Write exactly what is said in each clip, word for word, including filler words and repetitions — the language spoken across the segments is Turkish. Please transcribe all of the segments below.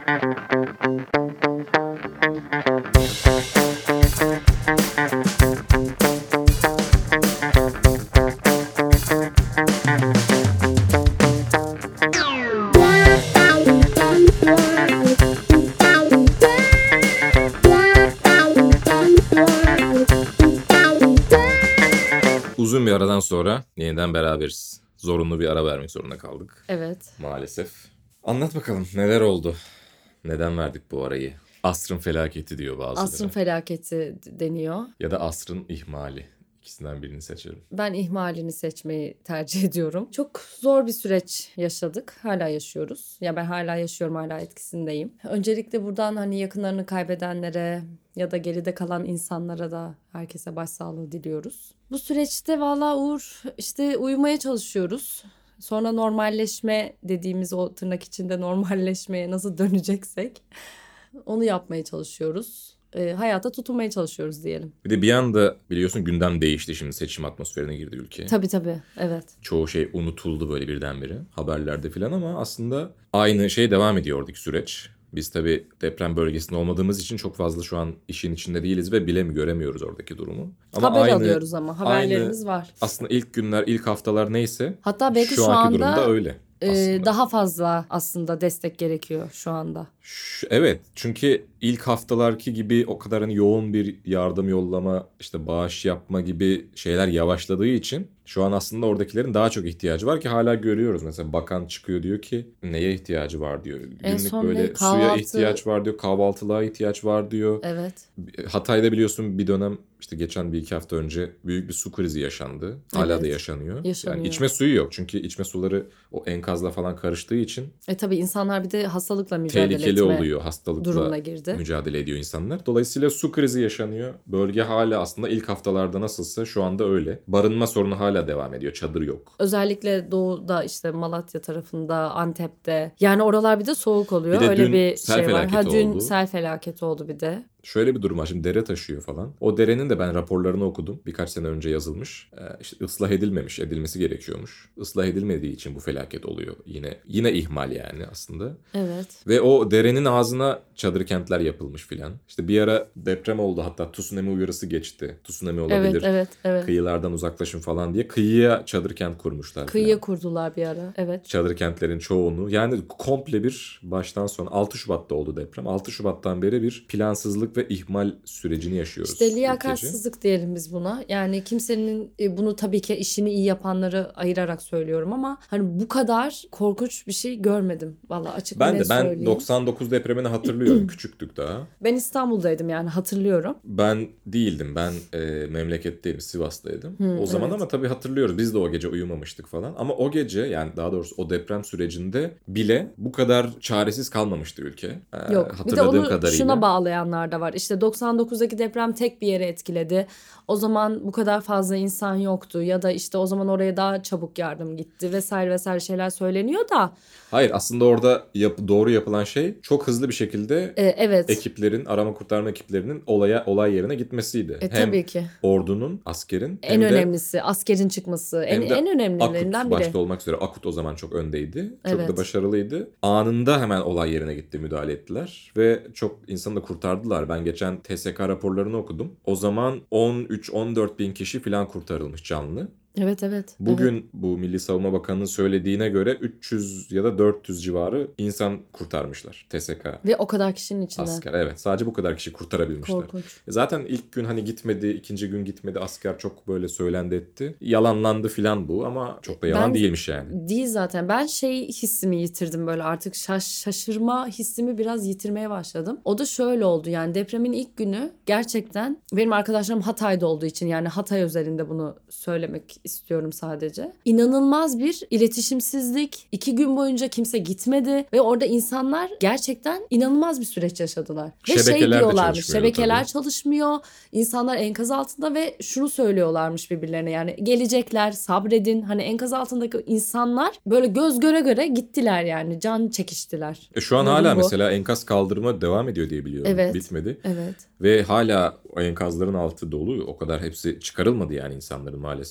Uzun bir aradan sonra yeniden beraberiz. Zorunlu bir ara vermek zorunda kaldık. Evet. Maalesef. Anlat bakalım neler oldu? Neden verdik bu arayı? Asrın felaketi diyor bazıları. Asrın felaketi deniyor. Ya da asrın ihmali. İkisinden birini seçerim. Ben ihmalini seçmeyi tercih ediyorum. Çok zor bir süreç yaşadık. Hala yaşıyoruz. Ya ben hala yaşıyorum, hala etkisindeyim. Öncelikle buradan hani yakınlarını kaybedenlere ya da geride kalan insanlara da herkese başsağlığı diliyoruz. Bu süreçte valla Uğur işte uyumaya çalışıyoruz. Sonra normalleşme dediğimiz o tırnak içinde normalleşmeye nasıl döneceksek onu yapmaya çalışıyoruz. E, hayata tutunmaya çalışıyoruz diyelim. Bir de bir anda biliyorsun gündem değişti, şimdi seçim atmosferine girdi ülke. Tabii tabii, evet. Çoğu şey unutuldu böyle birdenbire haberlerde falan ama aslında aynı şey devam ediyor oradaki süreç. Biz tabii deprem bölgesinde olmadığımız için çok fazla şu an işin içinde değiliz ve bilemi göremiyoruz oradaki durumu. Ama Haber aynı, alıyoruz ama haberlerimiz aynı, var. Aslında ilk günler, ilk haftalar neyse hatta belki şu, şu anki anda durumda öyle. e, daha fazla aslında destek gerekiyor şu anda. Şu, evet, çünkü ilk haftalarki gibi o kadar hani yoğun bir yardım yollama, işte bağış yapma gibi şeyler yavaşladığı için şu an aslında oradakilerin daha çok ihtiyacı var ki hala görüyoruz. Mesela bakan çıkıyor diyor ki neye ihtiyacı var diyor. En Günlük son böyle ne? Kahvaltı... suya ihtiyaç var diyor, kahvaltılığa ihtiyaç var diyor. Evet. Hatay'da biliyorsun bir dönem işte geçen bir iki hafta önce büyük bir su krizi yaşandı. Hala evet. da yaşanıyor. yaşanıyor. Yani içme suyu yok çünkü içme suları o enkazla falan karıştığı için. E tabii insanlar bir de hastalıkla mücadele tehlikeli etme oluyor, hastalıkla durumuna girdi. mücadele ediyor insanlar. Dolayısıyla su krizi yaşanıyor. Bölge hala aslında ilk haftalarda nasılsa şu anda öyle. Barınma sorunu hala devam ediyor. Çadır yok. Özellikle doğuda işte Malatya tarafında, Antep'te. Yani oralar bir de soğuk oluyor. Bir de Öyle dün bir sel şey var. felaketi Ha dün oldu. sel felaketi oldu bir de. Şöyle bir durum var. Şimdi dere taşıyor falan. O derenin de ben raporlarını okudum. Birkaç sene önce yazılmış. Ee, işte ıslah edilmemiş, edilmesi gerekiyormuş. Islah edilmediği için bu felaket oluyor. Yine yine ihmal yani aslında. Evet. Ve o derenin ağzına çadır kentler yapılmış filan. İşte bir ara deprem oldu, hatta tsunami uyarısı geçti. Tsunami olabilir. Evet, evet, evet. Kıyılardan uzaklaşın falan diye kıyıya çadır kent kurmuşlar. Kıyıya falan. kurdular bir ara. Evet. Çadır kentlerin çoğunu. Yani komple bir baştan sona altı Şubat'ta oldu deprem. altı Şubat'tan beri bir plansızlık ve ihmal sürecini yaşıyoruz. İşte liyakatsızlık diyelim biz buna. Yani kimsenin bunu tabii ki işini iyi yapanları ayırarak söylüyorum ama hani bu kadar korkunç bir şey görmedim. Vallahi açık ben ne de ben söyleyeyim. doksan dokuz depremini hatırlıyorum. Küçüktük daha. Ben İstanbul'daydım yani hatırlıyorum. Ben değildim. Ben e, memleketteydim. Sivas'taydım. Hı, o zaman evet. ama tabii hatırlıyoruz. Biz de o gece uyumamıştık falan. Ama o gece, yani daha doğrusu o deprem sürecinde bile bu kadar çaresiz kalmamıştı ülke. Ee, Yok. Bir de hatırladığım onu kadarıyla. şuna bağlayanlar da var. İşte doksan dokuzdaki deprem tek bir yere etkiledi. O zaman bu kadar fazla insan yoktu ya da işte o zaman oraya daha çabuk yardım gitti vesaire vesaire şeyler söyleniyor da. Hayır, aslında orada yap, doğru yapılan şey çok hızlı bir şekilde e, evet. ekiplerin, arama kurtarma ekiplerinin olaya olay yerine gitmesiydi. E, hem tabii ki. ordunun, askerin En hem de önemlisi askerin çıkması. En, en önemlilerinden Akut biri. başta olmak üzere. Akut o zaman çok öndeydi. Çok Evet. da başarılıydı. Anında hemen olay yerine gitti, müdahale ettiler. Ve çok insanı da kurtardılar. Ben geçen T S K raporlarını okudum. O zaman on üç on dört bin kişi falan kurtarılmış canlı. Evet evet. Bugün evet. bu Milli Savunma Bakanı'nın söylediğine göre üç yüz ya da dört yüz civarı insan kurtarmışlar T S K. Ve o kadar kişinin içinden. Asker, evet, sadece bu kadar kişi kurtarabilmişler. Korkunç. Zaten ilk gün hani gitmedi, ikinci gün gitmedi, asker çok böyle söylendi etti. Yalanlandı filan bu ama çok da yalan Ben, değilmiş yani. Değil zaten. Ben şey hissimi yitirdim böyle artık şaş, şaşırma hissimi biraz yitirmeye başladım. O da şöyle oldu yani depremin ilk günü gerçekten benim arkadaşlarım Hatay'da olduğu için yani Hatay özelinde bunu söylemek istiyorum sadece. İnanılmaz bir iletişimsizlik. İki gün boyunca kimse gitmedi ve orada insanlar gerçekten inanılmaz bir süreç yaşadılar. Ve Şebekeler şey de diyorlarmış. çalışmıyor Şebekeler tabii. çalışmıyor. İnsanlar enkaz altında ve şunu söylüyorlarmış birbirlerine yani gelecekler, sabredin. Hani enkaz altındaki insanlar böyle göz göre göre gittiler yani. Can çekiştiler. E şu an Durum hala bu. mesela enkaz kaldırma devam ediyor diye biliyorum. Evet. Bitmedi. Evet. Ve hala o enkazların altı dolu. O kadar hepsi çıkarılmadı yani insanların maalesef.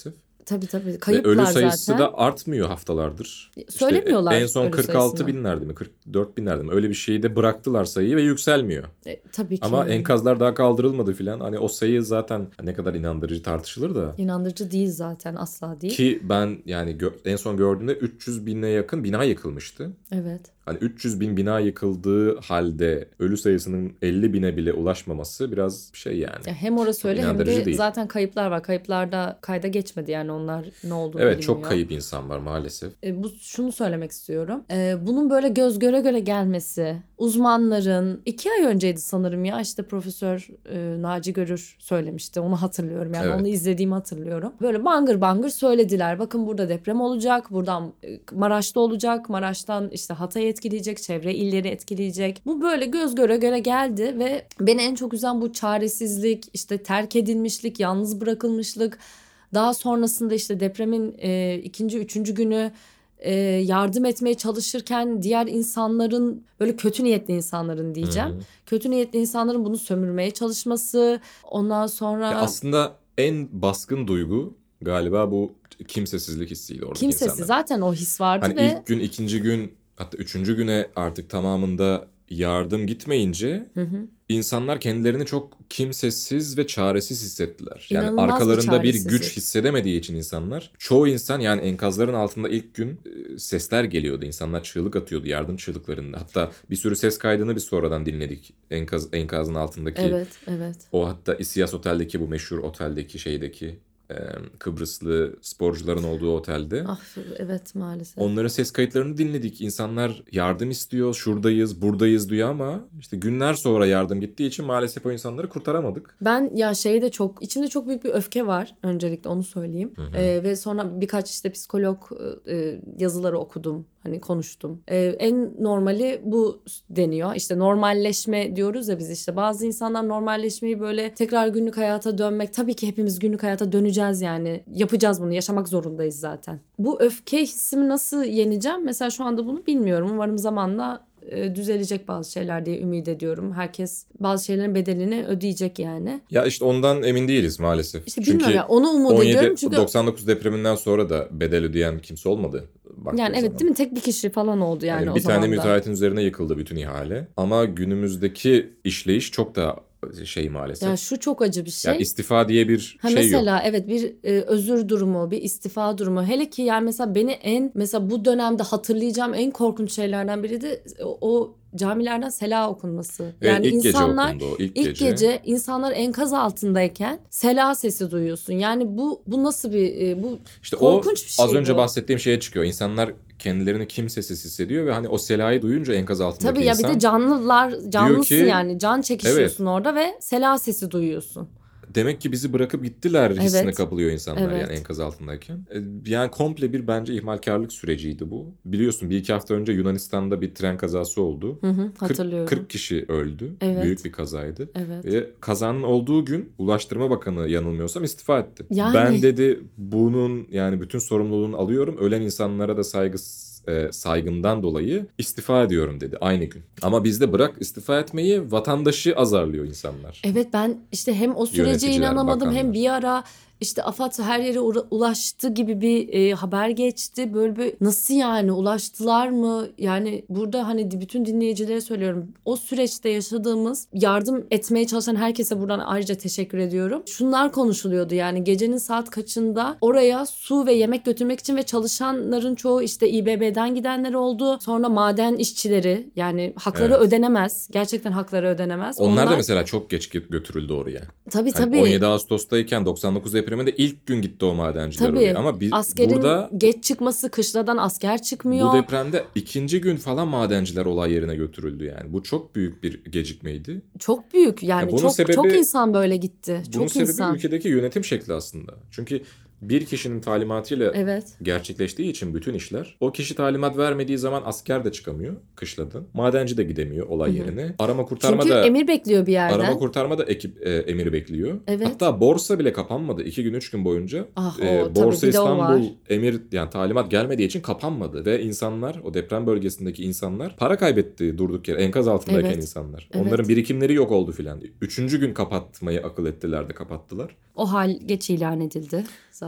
Tabii tabii. Ve Kayıplar ölü sayısı zaten. da artmıyor haftalardır. Söylemiyorlar İşte en son ölü kırk altı sayısını. binlerdi mi? kırk dört binlerdi mi? Öyle bir şeyde bıraktılar sayıyı ve yükselmiyor. E, tabii ki. Ama enkazlar daha kaldırılmadı filan. Hani o sayı zaten ne kadar inandırıcı tartışılır da. İnandırıcı değil zaten, asla değil. Ki ben yani gö- en son gördüğümde üç yüz bine yakın bina yıkılmıştı. Evet. Hani üç yüz bin bina yıkıldığı halde ölü sayısının elli bine bile ulaşmaması biraz şey yani. Ya hem orası öyle hem inandırıcı de değil. zaten kayıplar var. Kayıplarda kayda geçmedi yani, onlar ne olduğunu Evet, bilmiyor. çok kayıp insan var maalesef. E, bu şunu söylemek istiyorum. E, bunun böyle göz göre göre gelmesi, uzmanların iki ay önceydi sanırım ya, işte Profesör e, Naci Görür söylemişti. Onu hatırlıyorum yani, Evet. onu izlediğimi hatırlıyorum. Böyle bangır bangır söylediler. Bakın burada deprem olacak, buradan e, Maraş'ta olacak, Maraş'tan işte Hatay'ı etkileyecek, çevre illeri etkileyecek. Bu böyle göz göre göre geldi ve beni en çok üzen bu çaresizlik, işte terk edilmişlik, yalnız bırakılmışlık. Daha sonrasında işte depremin e, ikinci, üçüncü günü e, yardım etmeye çalışırken diğer insanların, böyle kötü niyetli insanların diyeceğim. Hı hı. Kötü niyetli insanların bunu sömürmeye çalışması. Ondan sonra Ya aslında en baskın duygu galiba bu kimsesizlik hissiydi oradaki kimsesiz, insanların. zaten o his vardı Hani ve ilk gün, ikinci gün, hatta üçüncü güne artık tamamında yardım gitmeyince hı hı. insanlar kendilerini çok kimsesiz ve çaresiz hissettiler. Yani İnanılmaz bir arkalarında bir çaresizlik. güç hissedemediği için insanlar, çoğu insan yani enkazların altında ilk gün e, sesler geliyordu. İnsanlar çığlık atıyordu, yardım çığlıklarında. Hatta bir sürü ses kaydını biz sonradan dinledik. Enkaz, enkazın altındaki Evet, evet. o, hatta İSİAS Otel'deki, bu meşhur oteldeki şeydeki e, Kıbrıslı sporcuların olduğu otelde. Ah evet, maalesef. Onların ses kayıtlarını dinledik. İnsanlar yardım istiyor, şuradayız, buradayız diyor ama işte günler sonra yardım gittiği için maalesef o insanları kurtaramadık. Ben ya şeyde çok, içimde çok büyük bir öfke var, öncelikle onu söyleyeyim. Hı hı. Ee, ve sonra birkaç işte psikolog e, yazıları okudum, hani konuştum. Ee, en normali bu deniyor. İşte normalleşme diyoruz ya biz, işte bazı insanlar normalleşmeyi böyle tekrar günlük hayata dönmek, tabii ki hepimiz günlük hayata döneceğiz yani, yapacağız bunu, yaşamak zorundayız zaten. Bu öfke hissimi nasıl yeneceğim? Mesela şu anda bunu bilmiyorum. Umarım zamanla e, düzelecek bazı şeyler diye ümit ediyorum. Herkes bazı şeylerin bedelini ödeyecek yani. Ya işte ondan emin değiliz maalesef. İşte Çünkü bilmiyorum ya, onu umut on yedi ediyorum çünkü doksan dokuz depreminden sonra da bedel ödeyen kimse olmadı. yani evet, değil mi? Tek bir kişi falan oldu yani, Yani o bir zaman tane da. müteahhitin üzerine yıkıldı bütün ihale. Ama günümüzdeki işleyiş çok da şey maalesef. Ya şu çok acı bir şey. Yani istifa diye bir Ha şey mesela yok. evet, bir e, özür durumu, bir istifa durumu. Hele ki yani mesela beni en, mesela bu dönemde hatırlayacağım en korkunç şeylerden biri de o, o camilerden sela okunması. Evet, Yani ilk gece insanlar okundu o, ilk ilk gece. gece insanlar enkaz altındayken sela sesi duyuyorsun. Yani bu bu nasıl bir e, bu İşte korkunç o bir şey az önce bu. bahsettiğim şeye çıkıyor. İnsanlar kendilerini kimsesiz hissediyor ve hani o selayı duyunca enkaz altındaki Tabii ya, insan bir de canlılar, canlısın ki, yani, can çekişiyorsun orada ve sela sesi duyuyorsun. demek ki bizi bırakıp gittiler hissine Evet. kapılıyor insanlar Evet. yani enkaz altındayken. E, Yani komple bir bence ihmalkarlık süreciydi bu. Biliyorsun bir iki hafta önce Yunanistan'da bir tren kazası oldu. Hı hı, kırk, hatırlıyorum. kırk kişi öldü. Evet. Büyük bir kazaydı. Evet. Ve kazanın olduğu gün Ulaştırma Bakanı yanılmıyorsam istifa etti. Yani. Ben dedi bunun yani bütün sorumluluğunu alıyorum. Ölen insanlara da saygı e, saygımdan dolayı istifa ediyorum dedi aynı gün. Ama bizde bırak istifa etmeyi, vatandaşı azarlıyor insanlar. Evet, ben işte hem o sürece Yöneticiler, inanamadım bakanlar. hem bir ara işte AFAD her yere ura- ulaştı gibi bir e, haber geçti. Böyle bir, nasıl yani, ulaştılar mı? Yani burada hani di- bütün dinleyicilere söylüyorum. O süreçte yaşadığımız, yardım etmeye çalışan herkese buradan ayrıca teşekkür ediyorum. Şunlar konuşuluyordu yani, gecenin saat kaçında oraya su ve yemek götürmek için ve çalışanların çoğu işte İBB'den gidenler oldu. Sonra maden işçileri, yani hakları Evet. ödenemez. Gerçekten hakları ödenemez. Onlar da mesela çok geç gö- götürüldü oraya. Tabii Hani tabii. on yedi Ağustos'tayken doksan dokuz depreminde ilk gün gitti o madenciler Tabii. oraya. Ama biz Askerin burada geç çıkması, kışladan asker çıkmıyor. bu depremde ikinci gün falan madenciler olay yerine götürüldü yani. Bu çok büyük bir gecikmeydi. Çok büyük yani, Ya bunun çok sebebi- çok insan böyle gitti. Bunun Çok sebebi insan. ülkedeki yönetim şekli aslında. Çünkü bir kişinin talimatıyla Evet. gerçekleştiği için bütün işler, o kişi talimat vermediği zaman asker de çıkamıyor kışladan. Madenci de gidemiyor olay yerine. Arama kurtarma Çünkü da emir bekliyor bir yerden. arama kurtarma da ekip e, emiri bekliyor. Evet. Hatta borsa bile kapanmadı. iki gün üç gün boyunca. Ah, o, E, tabii, borsa bir de o İstanbul var. emir yani talimat gelmediği için kapanmadı ve insanlar, o deprem bölgesindeki insanlar para kaybetti durduk yere, enkaz altındayken Evet. insanlar. Evet. Onların birikimleri yok oldu filan. Üçüncü gün kapatmayı akıl ettiler de kapattılar. O hal geç ilan edildi zaten.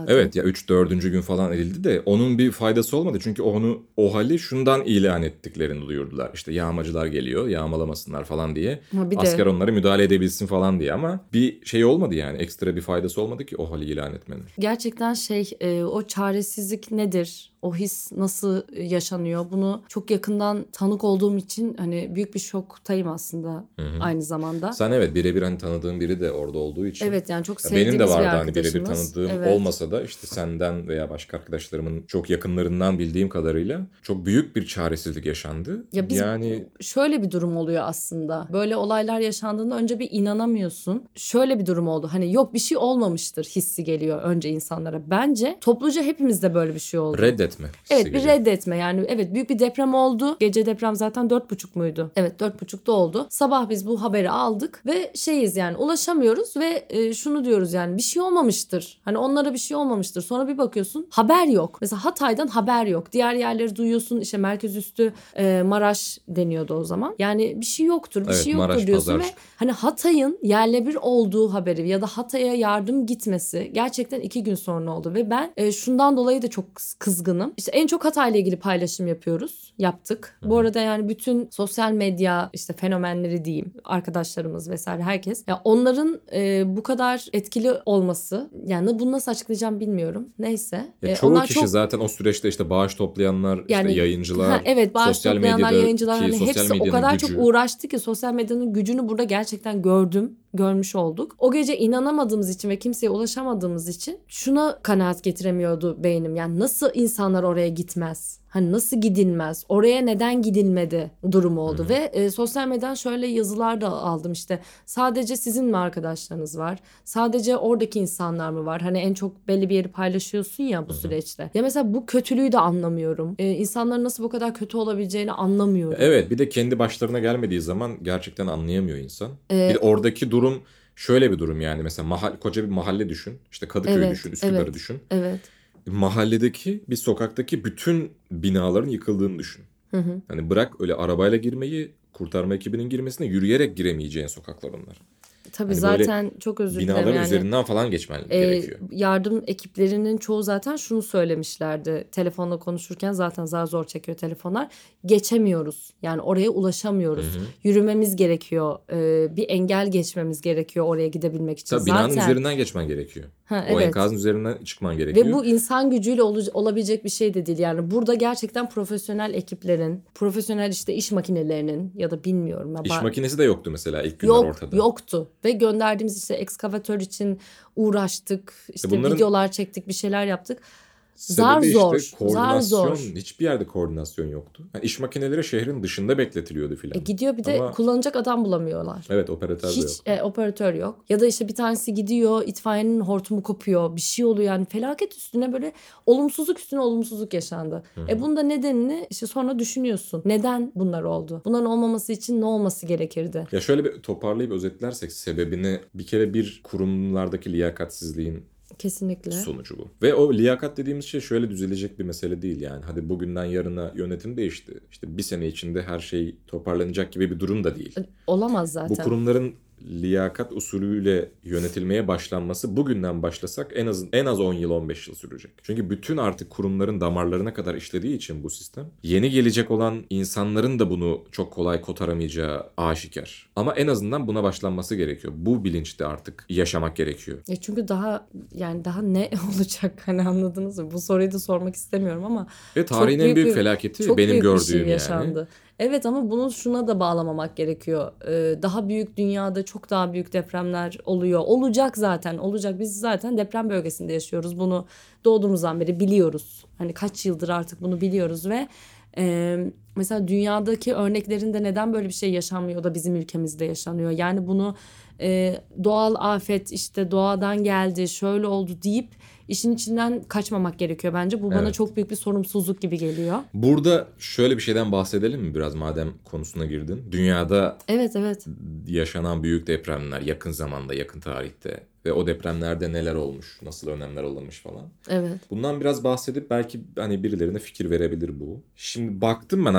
zaten. Evet ya üç dördüncü gün falan edildi de onun bir faydası olmadı. Çünkü onu o hali şundan ilan ettiklerini duyurdular. İşte yağmacılar geliyor, yağmalamasınlar falan diye. Ha, bir Asker de onlara müdahale edebilsin falan diye ama bir şey olmadı yani. Ekstra bir faydası olmadı ki o hali ilan etmenin. gerçekten şey e, o çaresizlik nedir? O his nasıl yaşanıyor? Bunu çok yakından tanık olduğum için hani büyük bir şoktayım aslında aynı zamanda. Sen evet birebir hani tanıdığın biri de orada olduğu için. Evet yani çok Ya sevdiğimiz benim de vardı bir hani birebir arkadaşımız. tanıdığım Evet. olmasa da işte senden veya başka arkadaşlarımın çok yakınlarından bildiğim kadarıyla çok büyük bir çaresizlik yaşandı. Ya biz yani şöyle bir durum oluyor aslında. Böyle olaylar yaşandığında önce bir inanamıyorsun. Şöyle bir durum oldu. Hani yok bir şey olmamıştır hissi geliyor önce insanlara. Bence topluca hepimizde böyle bir şey oldu. reddetme. Evet bir geliyor. reddetme yani evet büyük bir deprem oldu. Gece deprem zaten dört buçuk muydu? Evet dört buçukta oldu. Sabah biz bu haberi aldık ve şeyiz yani ulaşamıyoruz ve e, şunu diyoruz yani bir şey olmamıştır. Hani onlara bir şey olmamıştır. Sonra bir bakıyorsun haber yok. Mesela Hatay'dan haber yok. Diğer yerleri duyuyorsun işte merkez üstü e, Maraş deniyordu o zaman. Yani bir şey yoktur bir Evet, şey yoktur Maraş, diyorsun Pazar. ve hani Hatay'ın yerle bir olduğu haberi ya da Hatay'a yardım gitmesi gerçekten iki gün sonra oldu ve ben e, şundan dolayı da çok kızgınım. İşte en çok Hatay'la ilgili paylaşım yapıyoruz. Yaptık. Hı. Bu arada yani bütün sosyal medya işte fenomenleri diyeyim arkadaşlarımız vesaire herkes. Ya onların e, bu kadar etkili olması yani bunu nasıl açıklayacağım bilmiyorum. Neyse. Ya E, çoğu onlar kişi çok zaten o süreçte işte bağış toplayanlar, yani, işte yayıncılar, ha, evet, bağış sosyal toplayanlar, medyadaki yayıncılar hani sosyal hepsi o medyanın kadar gücü. çok uğraştı ki sosyal medyanın gücünü burada gerçekten gördüm, görmüş olduk. O gece inanamadığımız için ve kimseye ulaşamadığımız için şuna kanaat getiremiyordu beynim. Yani nasıl insanlar oraya gitmez? Hani nasıl gidilmez? Oraya neden gidilmedi durumu oldu. Hı-hı. Ve e, sosyal medyadan şöyle yazılar da aldım işte. Sadece sizin mi arkadaşlarınız var? Sadece oradaki insanlar mı var? Hani en çok belli bir yeri paylaşıyorsun ya bu Hı-hı. süreçte. Ya mesela bu kötülüğü de anlamıyorum. E, insanların nasıl bu kadar kötü olabileceğini anlamıyorum. Evet bir de kendi başlarına gelmediği zaman gerçekten anlayamıyor insan. Ee, bir de oradaki durum şöyle bir durum yani. Mesela mahal, koca bir mahalle düşün. İşte Kadıköy'ü evet, düşün, Üsküdar'ı evet, düşün. Evet. Mahalledeki bir sokaktaki bütün binaların yıkıldığını düşün. Hı hı. Hani bırak öyle arabayla girmeyi, kurtarma ekibinin girmesine yürüyerek giremeyeceğin sokaklar onlar. Tabii hani zaten çok özür dilerim binaların yani. üzerinden falan geçmen e, gerekiyor. Yardım ekiplerinin çoğu zaten şunu söylemişlerdi. Telefonla konuşurken zaten zar zor çekiyor telefonlar. Geçemiyoruz. Yani oraya ulaşamıyoruz. Hı hı. Yürümemiz gerekiyor. E, bir engel geçmemiz gerekiyor oraya gidebilmek için. Tabii zaten... binanın üzerinden geçmen gerekiyor. Ha, o evet. enkazın üzerinden çıkman gerekiyor. Ve bu insan gücüyle ol- olabilecek bir şey de değil. Yani burada gerçekten profesyonel ekiplerin, profesyonel işte iş makinelerinin ya da bilmiyorum. İş ba- makinesi de yoktu mesela ilk günler Yok, ortada. Yoktu. Ve gönderdiğimiz işte ekskavatör için uğraştık. İşte Bunların... videolar çektik, bir şeyler yaptık. Zar Sebebi zor. işte koordinasyon, zar zor. hiçbir yerde koordinasyon yoktu. Yani iş makineleri şehrin dışında bekletiliyordu filan. E gidiyor bir de Ama... kullanacak adam bulamıyorlar. Evet operatör de Hiç, yok. Hiç e, operatör yok. Ya da işte bir tanesi gidiyor itfaiyenin hortumu kopuyor. Bir şey oluyor yani felaket üstüne böyle olumsuzluk üstüne olumsuzluk yaşandı. Hı-hı. E bunda nedenini işte sonra düşünüyorsun. Neden bunlar oldu? Bunların olmaması için ne olması gerekirdi? Ya şöyle bir toparlayıp özetlersek sebebini bir kere bir kurumlardaki liyakatsizliğin Kesinlikle. sonucu bu. Ve o liyakat dediğimiz şey şöyle düzelecek bir mesele değil yani. Hadi bugünden yarına yönetim değişti. İşte bir sene içinde her şey toparlanacak gibi bir durum da değil. Olamaz zaten. Bu kurumların liyakat usulüyle yönetilmeye başlanması bugünden başlasak en az en az on yıl on beş yıl sürecek. Çünkü bütün artık kurumların damarlarına kadar işlediği için bu sistem yeni gelecek olan insanların da bunu çok kolay kotaramayacağı aşikar. Ama en azından buna başlanması gerekiyor. Bu bilinçte artık yaşamak gerekiyor. E çünkü daha yani daha ne olacak hani anladınız mı? Bu soruyu da sormak istemiyorum ama ve tarihin en büyük bir, felaketi çok benim büyük gördüğüm bir şey yaşandı. Yani. Evet ama bunu şuna da bağlamamak gerekiyor. Ee, daha büyük dünyada çok daha büyük depremler oluyor. Olacak zaten olacak. Biz zaten deprem bölgesinde yaşıyoruz. Bunu doğduğumuzdan beri biliyoruz. Hani kaç yıldır artık bunu biliyoruz ve e, mesela dünyadaki örneklerinde neden böyle bir şey yaşanmıyor da bizim ülkemizde yaşanıyor? Yani bunu e, doğal afet işte doğadan geldi şöyle oldu deyip işin içinden kaçmamak gerekiyor bence. Bu bana evet. çok büyük bir sorumsuzluk gibi geliyor. Burada şöyle bir şeyden bahsedelim mi biraz madem konusuna girdin? Dünyada evet, evet. yaşanan büyük depremler yakın zamanda, yakın tarihte ve o depremlerde neler olmuş, nasıl önlemler alınmış falan. Evet. Bundan biraz bahsedip belki hani birilerine fikir verebilir bu. Şimdi baktım ben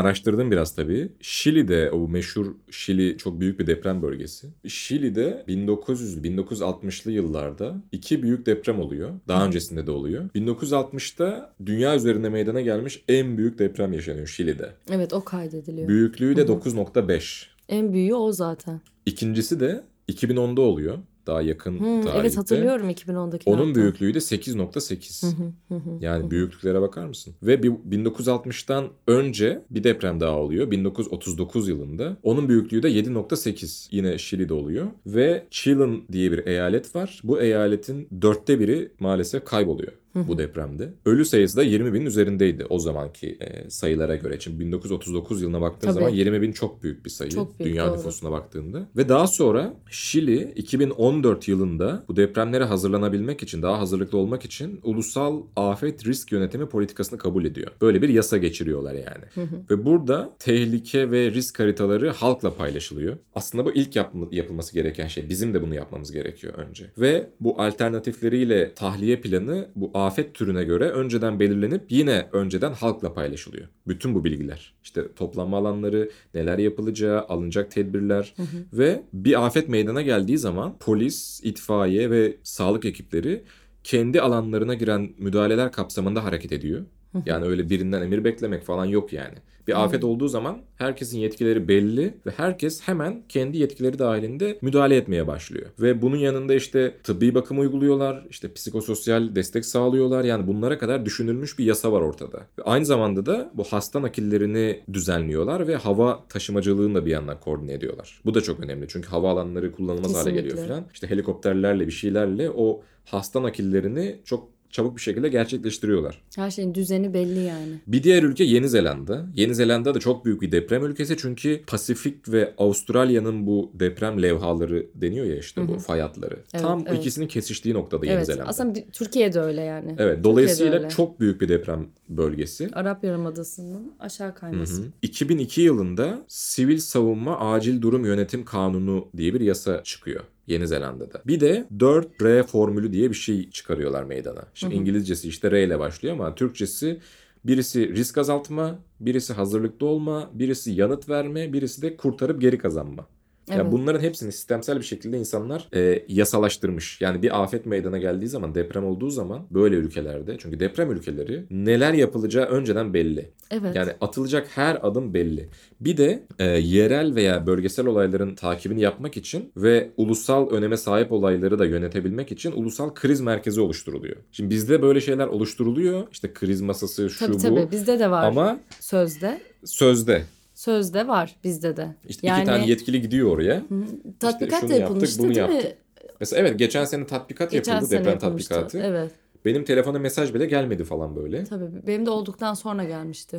araştırdım biraz tabii. Şili'de, o meşhur Şili çok büyük bir deprem bölgesi. Şili'de bin dokuz yüz bin dokuz yüz altmışlı yıllarda iki büyük deprem oluyor. Daha öncesinde de oluyor. bin dokuz yüz altmışta dünya üzerinde meydana gelmiş en büyük deprem yaşanıyor Şili'de. Evet, o kaydediliyor. Büyüklüğü de dokuz nokta beş. En büyüğü o zaten. İkincisi de iki bin onda oluyor. Daha yakın Hmm, tarihte. evet, hatırlıyorum iki bin ondaki. Onun hatta. büyüklüğü de sekiz nokta sekiz. Yani büyüklüklere bakar mısın? Ve bin dokuz yüz altmıştan önce bir deprem daha oluyor. bin dokuz yüz otuz dokuz yılında. Onun büyüklüğü de yedi nokta sekiz. Yine Şili'de oluyor. Ve Chillán diye bir eyalet var. Bu eyaletin dörtte biri maalesef kayboluyor bu depremde. Ölü sayısı da yirmi binin üzerindeydi o zamanki e, sayılara göre. Şimdi bin dokuz yüz otuz dokuz yılına baktığın Tabii. zaman yirmi bin çok büyük bir sayı. Çok büyük, dünya doğru. nüfusuna baktığında. Ve daha sonra Şili iki bin on dört yılında bu depremlere hazırlanabilmek için, daha hazırlıklı olmak için ulusal afet risk yönetimi politikasını kabul ediyor. Böyle bir yasa geçiriyorlar yani. Ve burada tehlike ve risk haritaları halkla paylaşılıyor. Aslında bu ilk yapma, yapılması gereken şey. Bizim de bunu yapmamız gerekiyor önce. Ve bu alternatifleriyle tahliye planı bu afet türüne göre önceden belirlenip yine önceden halkla paylaşılıyor. Bütün bu bilgiler. İşte toplanma alanları, neler yapılacağı, alınacak tedbirler hı hı. Ve bir afet meydana geldiği zaman polis, itfaiye ve sağlık ekipleri kendi alanlarına giren müdahaleler kapsamında hareket ediyor. Hı hı. Yani öyle birinden emir beklemek falan yok yani. Bir afet hmm. olduğu zaman herkesin yetkileri belli ve herkes hemen kendi yetkileri dahilinde müdahale etmeye başlıyor. Ve bunun yanında işte tıbbi bakım uyguluyorlar, işte psikososyal destek sağlıyorlar. Yani bunlara kadar düşünülmüş bir yasa var ortada. Ve aynı zamanda da bu hasta nakillerini düzenliyorlar ve hava taşımacılığını da bir yandan koordine ediyorlar. Bu da çok önemli çünkü havaalanları kullanılmaz Kesinlikle. hale geliyor falan. İşte helikopterlerle bir şeylerle o hasta nakillerini çok çabuk bir şekilde gerçekleştiriyorlar. Her şeyin düzeni belli yani. Bir diğer ülke Yeni Zelanda. Yeni Zelanda da çok büyük bir deprem ülkesi çünkü Pasifik ve Avustralya'nın bu deprem levhaları deniyor ya işte Hı-hı. bu fay hatları. Evet, Tam evet. ikisinin kesiştiği noktada evet, Yeni Zelanda. Aslında Türkiye'de öyle yani. Evet, dolayısıyla çok büyük bir deprem bölgesi. Arap Yarımadası'nın aşağı kayması. Hı-hı. iki bin iki yılında Sivil Savunma Acil Durum Yönetim Kanunu diye bir yasa çıkıyor. Yeni Zelanda'da. Bir de dört R formülü diye bir şey çıkarıyorlar meydana. Şimdi hı hı. İngilizcesi işte R ile başlıyor ama Türkçesi birisi risk azaltma, birisi hazırlıklı olma, birisi yanıt verme, birisi de kurtarıp geri kazanma. Evet. Yani bunların hepsini sistemsel bir şekilde insanlar e, yasalaştırmış. Yani bir afet meydana geldiği zaman, deprem olduğu zaman böyle ülkelerde, çünkü deprem ülkeleri neler yapılacağı önceden belli. Evet. Yani atılacak her adım belli. Bir de e, yerel veya bölgesel olayların takibini yapmak için ve ulusal öneme sahip olayları da yönetebilmek için ulusal kriz merkezi oluşturuluyor. Şimdi bizde böyle şeyler oluşturuluyor. İşte kriz masası şu tabii, bu. Tabii tabii bizde de var. Ama sözde. Sözde. Sözde var bizde de. İşte yani, iki tane yetkili gidiyor oraya. Hı, tatbikat işte da yapılmıştı yaptık, bunu değil yaptık. mi? Mesela evet geçen sene tatbikat geçen yapıldı. Sene deprem yapılmıştı. tatbikatı. Evet. Benim telefona mesaj bile gelmedi falan böyle. Tabii benim de olduktan sonra gelmişti.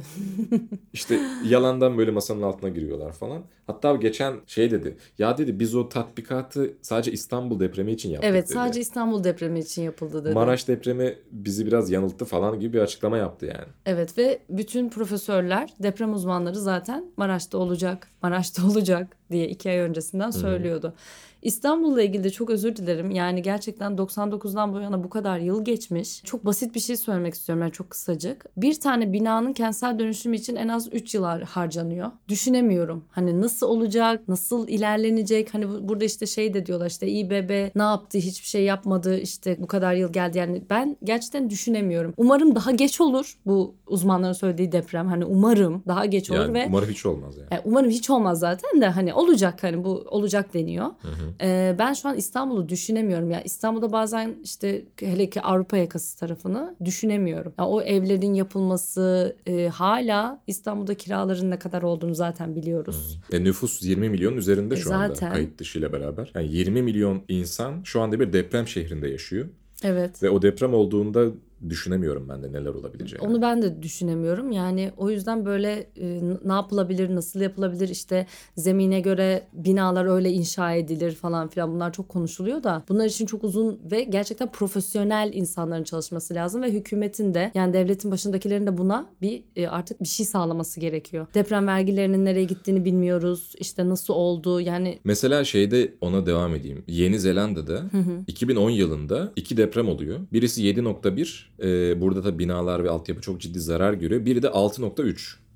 İşte yalandan böyle masanın altına giriyorlar falan. Hatta geçen şey dedi. Ya dedi biz o tatbikatı sadece İstanbul depremi için yaptık evet, dedi. Evet sadece İstanbul depremi için yapıldı dedi. Maraş depremi bizi biraz yanılttı falan gibi bir açıklama yaptı yani. Evet ve bütün profesörler, deprem uzmanları zaten Maraş'ta olacak, Maraş'ta olacak diye iki ay öncesinden söylüyordu. Hı-hı. İstanbul'la ilgili de çok özür dilerim. Yani gerçekten doksan dokuzdan bu yana bu kadar yıl geçmiş. Çok basit bir şey söylemek istiyorum yani çok kısacık. Bir tane binanın kentsel dönüşümü için en az üç yıl harcanıyor. Düşünemiyorum. Hani nasıl olacak, nasıl ilerlenecek? Hani burada işte şey de diyorlar işte İ B B ne yaptı, hiçbir şey yapmadı işte bu kadar yıl geldi. Yani ben gerçekten düşünemiyorum. Umarım daha geç olur bu uzmanların söylediği deprem. Hani umarım daha geç olur yani ve. Umarım hiç olmaz yani. yani. Umarım hiç olmaz zaten de hani olacak hani bu olacak deniyor. Hı hı. Ee, ben şu an İstanbul'u düşünemiyorum. Ya İstanbul'da bazen işte hele ki Avrupa yakası tarafını düşünemiyorum. Ya o evlerin yapılması e, hala İstanbul'da kiraların ne kadar olduğunu zaten biliyoruz. Hmm. E, nüfus yirmi milyon üzerinde e, şu zaten. anda kayıt dışıyla beraber. Yani yirmi milyon insan şu anda bir deprem şehrinde yaşıyor. Evet. Ve o deprem olduğunda düşünemiyorum ben de neler olabileceğini. Onu ben de düşünemiyorum. Yani o yüzden böyle e, ne yapılabilir, nasıl yapılabilir, işte zemine göre binalar öyle inşa edilir falan filan, bunlar çok konuşuluyor da bunlar için çok uzun ve gerçekten profesyonel insanların çalışması lazım ve hükümetin de yani devletin başındakilerin de buna bir e, artık bir şey sağlaması gerekiyor. Deprem vergilerinin nereye gittiğini bilmiyoruz. İşte nasıl oldu yani. Mesela şeyde ona devam edeyim. Yeni Zelanda'da hı hı. iki bin on yılında iki deprem oluyor. Birisi yedi nokta bir. Ee, burada da binalar ve altyapı çok ciddi zarar görüyor. Biri de altı nokta üç.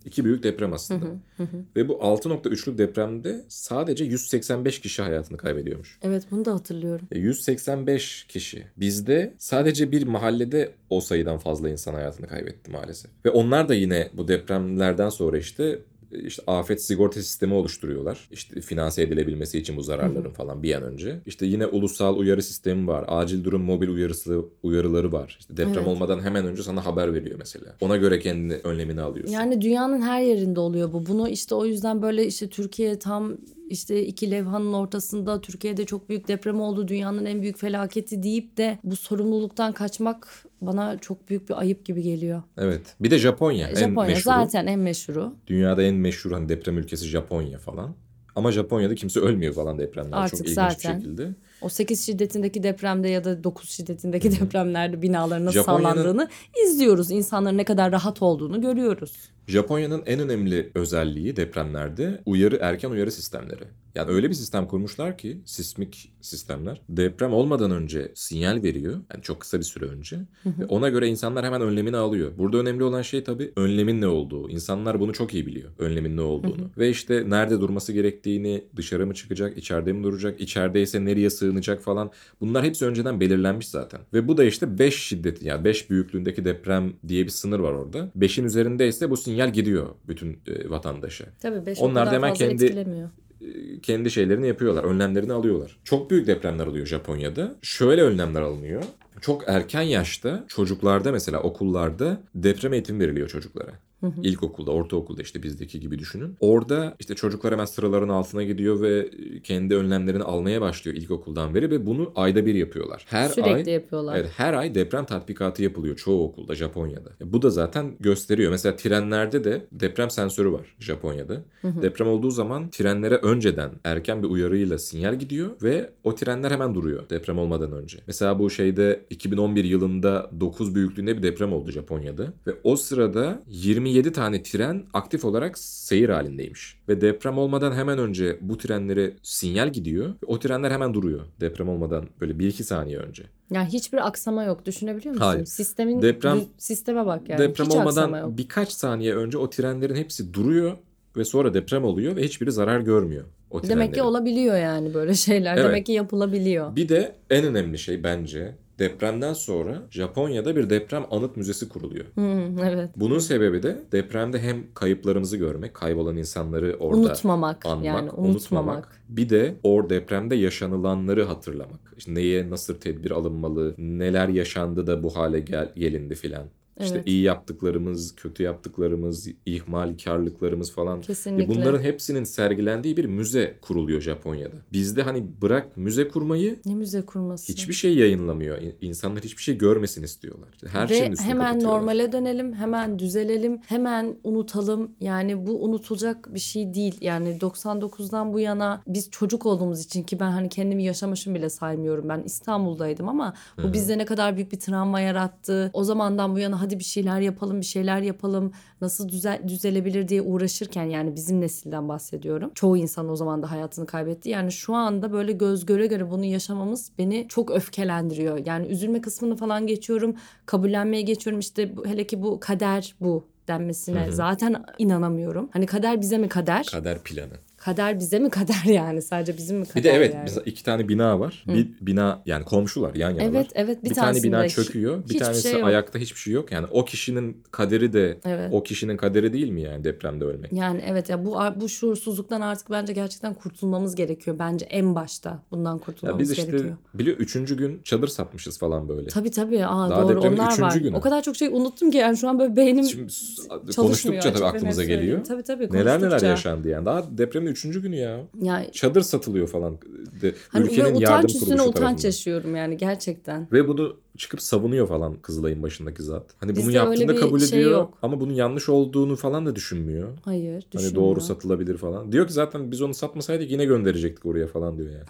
İki büyük deprem aslında. Hı hı, hı. Ve bu altı nokta üçlük depremde sadece yüz seksen beş kişi hayatını kaybediyormuş. Evet, bunu da hatırlıyorum. E, yüz seksen beş kişi. Bizde sadece bir mahallede o sayıdan fazla insan hayatını kaybetti maalesef. Ve onlar da yine bu depremlerden sonra işte İşte afet sigorta sistemi oluşturuyorlar. İşte finanse edilebilmesi için bu zararların falan bir an önce. İşte yine ulusal uyarı sistemi var. Acil durum mobil uyarısı uyarıları var. İşte deprem Evet. olmadan hemen önce sana haber veriyor mesela. Ona göre kendi önlemini alıyorsun. Yani dünyanın her yerinde oluyor bu. Bunu işte o yüzden böyle işte Türkiye tam işte iki levhanın ortasında, Türkiye'de çok büyük deprem oldu, dünyanın en büyük felaketi deyip de bu sorumluluktan kaçmak bana çok büyük bir ayıp gibi geliyor. Evet. Bir de Japonya, Japonya en meşhuru. zaten en meşhuru. Dünyada en meşhur hani deprem ülkesi Japonya falan. Ama Japonya'da kimse ölmüyor falan depremler. Artık çok ilginç zaten. bir şekilde. O sekiz şiddetindeki depremde ya da dokuz şiddetindeki Hı-hı. depremlerde binaların nasıl Japonya'nın... sallandığını izliyoruz. İnsanların ne kadar rahat olduğunu görüyoruz. Japonya'nın en önemli özelliği depremlerde uyarı erken uyarı sistemleri. Yani öyle bir sistem kurmuşlar ki sismik sistemler deprem olmadan önce sinyal veriyor. Yani çok kısa bir süre önce. Hı hı. Ve ona göre insanlar hemen önlemini alıyor. Burada önemli olan şey tabii önlemin ne olduğu. İnsanlar bunu çok iyi biliyor. Önlemin ne olduğunu. Hı hı. Ve işte nerede durması gerektiğini, dışarı mı çıkacak, içeride mi duracak, içerideyse nereye sığınacak falan. Bunlar hepsi önceden belirlenmiş zaten. Ve bu da işte beş şiddeti yani beş büyüklüğündeki deprem diye bir sınır var orada. beşin üzerindeyse bu sinyal gidiyor bütün e, vatandaşa. Tabii beş Onlar o kadar hemen fazla kendi etkilemiyor. kendi şeylerini yapıyorlar. Önlemlerini alıyorlar. Çok büyük depremler oluyor Japonya'da. Şöyle önlemler alınıyor. Çok erken yaşta çocuklarda mesela okullarda deprem eğitimi veriliyor çocuklara. Hı hı. İlkokulda, ortaokulda işte bizdeki gibi düşünün. Orada işte çocuklar hemen sıraların altına gidiyor ve kendi önlemlerini almaya başlıyor ilkokuldan beri ve bunu ayda bir yapıyorlar. Her Sürekli ay, yapıyorlar. Evet, her ay deprem tatbikatı yapılıyor çoğu okulda Japonya'da. Bu da zaten gösteriyor. Mesela trenlerde de deprem sensörü var Japonya'da. Hı hı. Deprem olduğu zaman trenlere önceden erken bir uyarıyla sinyal gidiyor ve o trenler hemen duruyor deprem olmadan önce. Mesela bu şeyde iki bin on bir yılında dokuz büyüklüğünde bir deprem oldu Japonya'da ve o sırada yirmi yedi tane tren aktif olarak seyir halindeymiş. Ve deprem olmadan hemen önce bu trenlere sinyal gidiyor ve o trenler hemen duruyor deprem olmadan böyle bir iki saniye önce. Yani hiçbir aksama yok, düşünebiliyor musun? Hayır. Sistemin deprem, sisteme bak yani. Deprem Hiç olmadan birkaç saniye önce o trenlerin hepsi duruyor ve sonra deprem oluyor ve hiçbiri zarar görmüyor. O Demek ki olabiliyor yani böyle şeyler. Evet. Demek ki yapılabiliyor. Bir de en önemli şey bence depremden sonra Japonya'da bir deprem anıt müzesi kuruluyor. Hmm, evet. Bunun sebebi de depremde hem kayıplarımızı görmek, kaybolan insanları orada unutmamak, anmak, yani unutmamak. unutmamak. Bir de o depremde yaşanılanları hatırlamak. İşte neye nasıl tedbir alınmalı, neler yaşandı da bu hale gel- gelindi filan. İşte evet. iyi yaptıklarımız, kötü yaptıklarımız, ihmalkarlıklarımız falan. Kesinlikle. Bunların hepsinin sergilendiği bir müze kuruluyor Japonya'da. Bizde hani bırak müze kurmayı. Ne müze kurması? Hiçbir şey yayınlamıyor. İnsanlar hiçbir şey görmesin istiyorlar. Her Ve şeyin üstüne hemen normale dönelim, hemen düzelelim, hemen unutalım. Yani bu unutulacak bir şey değil. Yani doksan dokuzdan bu yana biz çocuk olduğumuz için, ki ben hani kendimi yaşamışım bile saymıyorum. Ben İstanbul'daydım ama bu Hı-hı. bizde ne kadar büyük bir travma yarattı. O zamandan bu yana hadi bir şeyler yapalım, bir şeyler yapalım, nasıl düze, düzelebilir diye uğraşırken, yani bizim nesilden bahsediyorum. Çoğu insan o zaman da hayatını kaybetti. Yani şu anda böyle göz göre göre bunu yaşamamız beni çok öfkelendiriyor. Yani üzülme kısmını falan geçiyorum, kabullenmeye geçiyorum. İşte hele ki bu kader bu denmesine Hı-hı. zaten inanamıyorum. Hani kader bize mi kader? Kader planı. Kader bize mi kader yani? Sadece bizim mi kader? Bir de evet yani? Mesela iki tane bina var. Hı. Bir bina yani komşular yan yanalar. Evet evet bir, bir tane bina çöküyor. Bir tanesi şey ayakta, hiçbir şey yok. Yani o kişinin kaderi de evet. o kişinin kaderi değil mi yani depremde ölmek? Yani evet ya bu bu şuursuzluktan artık bence gerçekten kurtulmamız gerekiyor. Bence en başta bundan kurtulmamız gerekiyor. Biz işte biliyor üçüncü gün çadır satmışız falan böyle. Tabii tabii. Aa, Daha doğru onlar var. Günü. O kadar çok şey unuttum ki yani şu an böyle beynim Şimdi, konuştukça tabii aklımıza geliyor. Tabii tabii neler neler yaşandı yani. Daha depremin üçüncü günü ya. Yani, çadır satılıyor falan. De, hani ülkenin utanç yardım üstüne kuruluşu utanç tarafından. yaşıyorum yani gerçekten. Ve bunu çıkıp savunuyor falan Kızılay'ın başındaki zat. Hani Bizde bunu yaptığında kabul şey ediyor yok. ama bunun yanlış olduğunu falan da düşünmüyor. Hayır, düşünmüyor. Hani doğru satılabilir falan. Diyor ki zaten biz onu satmasaydık yine gönderecektik oraya falan diyor yani.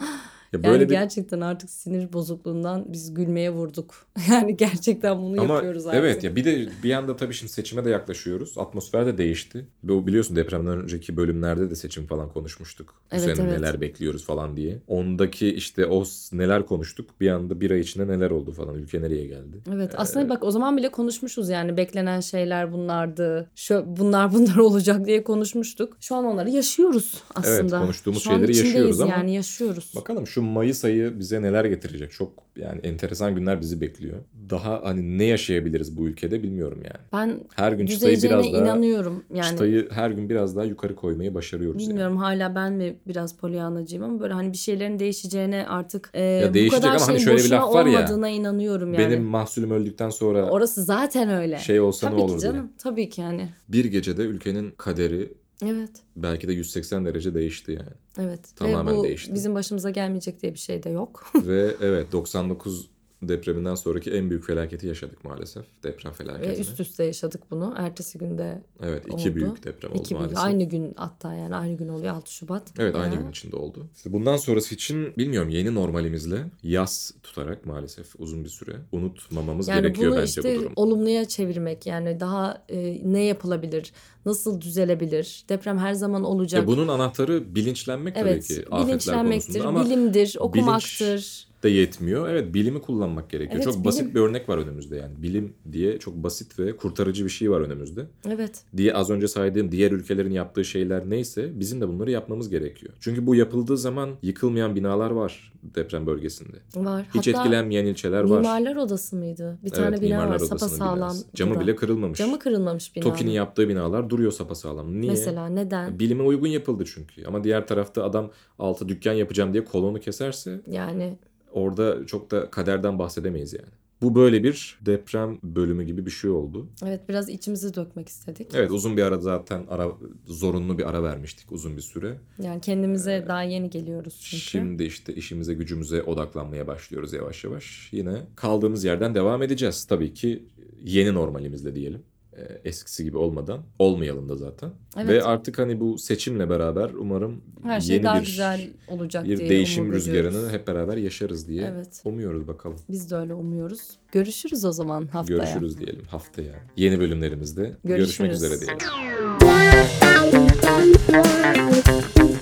Ya Yani böyle bir gerçekten artık sinir bozukluğundan biz gülmeye vurduk. Yani gerçekten bunu ama yapıyoruz artık. evet ya bir de bir yanda tabii şimdi seçime de yaklaşıyoruz. Atmosfer de değişti. Bu biliyorsun depremden önceki bölümlerde de seçim falan konuşmuştuk. Bu Evet, sene evet. neler bekliyoruz falan diye. Ondaki işte o s- neler konuştuk. Bir anda bir ay içinde neler oldu falan. Ülke nereye geldi? Evet aslında bak o zaman bile konuşmuşuz yani beklenen şeyler bunlardı. Şu, bunlar bunlar olacak diye konuşmuştuk. Şu an onları yaşıyoruz aslında. Evet, konuştuğumuz Şu an şeyleri içindeyiz yaşıyoruz ama yani yaşıyoruz. bakalım şu Mayıs ayı bize neler getirecek. Çok yani enteresan günler bizi bekliyor. Daha hani ne yaşayabiliriz bu ülkede bilmiyorum yani. Ben Her gün çıtayı düzeleceğine biraz daha inanıyorum. Yani çıtayı her gün biraz daha yukarı koymayı başarıyoruz yani. bilmiyorum hala ben mi biraz polyanacıyım ama böyle hani bir şeylerin değişeceğine artık e, Ya bu değişecek kadar ama hani şeyin şöyle bir boşuna laf var ya. olmadığına inanıyorum yani. Benim mahsulüm öldükten sonra Orası zaten öyle. şey olsa Tabii ne ki olur diye. canım. Tabii ki yani. Bir gecede ülkenin kaderi Evet. belki de yüz seksen derece değişti yani. Evet. Tamamen Ve bu değişti. bizim başımıza gelmeyecek diye bir şey de yok. Ve evet doksan dokuz depreminden sonraki en büyük felaketi yaşadık maalesef. Deprem Ve felaketini. üst üste yaşadık bunu. Ertesi günde Evet iki oldu. büyük deprem oldu İki büyük. maalesef. Aynı gün hatta yani aynı gün oluyor altı Şubat. Evet aynı Ya. gün içinde oldu. İşte bundan sonrası için bilmiyorum yeni normalimizle yas tutarak maalesef uzun bir süre unutmamamız Yani gerekiyor bunu bence işte bu durum. olumluya çevirmek yani daha e, ne yapılabilir, nasıl düzelebilir, deprem her zaman olacak. Ya bunun anahtarı bilinçlenmek Evet, tabii ki afetler bilinçlenmektir, konusunda ama bilimdir, okumaktır. bilinç de yetmiyor. Evet bilimi kullanmak gerekiyor. Evet, çok bilim. basit bir örnek var önümüzde yani. Bilim diye çok basit ve kurtarıcı bir şey var önümüzde. Evet. Diye az önce saydığım diğer ülkelerin yaptığı şeyler neyse bizim de bunları yapmamız gerekiyor. Çünkü bu yapıldığı zaman yıkılmayan binalar var deprem bölgesinde. Var. Hiç Hatta etkilenmeyen ilçeler var. Mimarlar Odası mıydı? Bir tane Evet, bina Mimarlar var Odası'nın sapasağlam. binası. Camı duran. bile kırılmamış. Camı kırılmamış binanın. TOKİ'nin yaptığı binalar duruyor sapasağlam. Niye? Mesela neden? Bilime uygun yapıldı çünkü. Ama diğer tarafta adam altı dükkan yapacağım diye kolonu keserse Yani orada çok da kaderden bahsedemeyiz yani. Bu böyle bir deprem bölümü gibi bir şey oldu. evet biraz içimizi dökmek istedik. Evet uzun bir ara zaten ara zorunlu bir ara vermiştik uzun bir süre. Yani kendimize daha yeni geliyoruz çünkü. Şimdi işte işimize gücümüze odaklanmaya başlıyoruz yavaş yavaş. Yine kaldığımız yerden devam edeceğiz. Tabii ki yeni normalimizle diyelim. Eskisi gibi olmadan. Olmayalım da zaten. Evet. Ve artık hani bu seçimle beraber umarım Her şey yeni daha bir, güzel olacak bir diye değişim umut rüzgarını ediyoruz. hep beraber yaşarız diye Evet. umuyoruz bakalım. Biz de öyle umuyoruz. Görüşürüz o zaman haftaya. Görüşürüz diyelim haftaya. Yeni bölümlerimizde görüşmek Görüşürüz. üzere diyelim.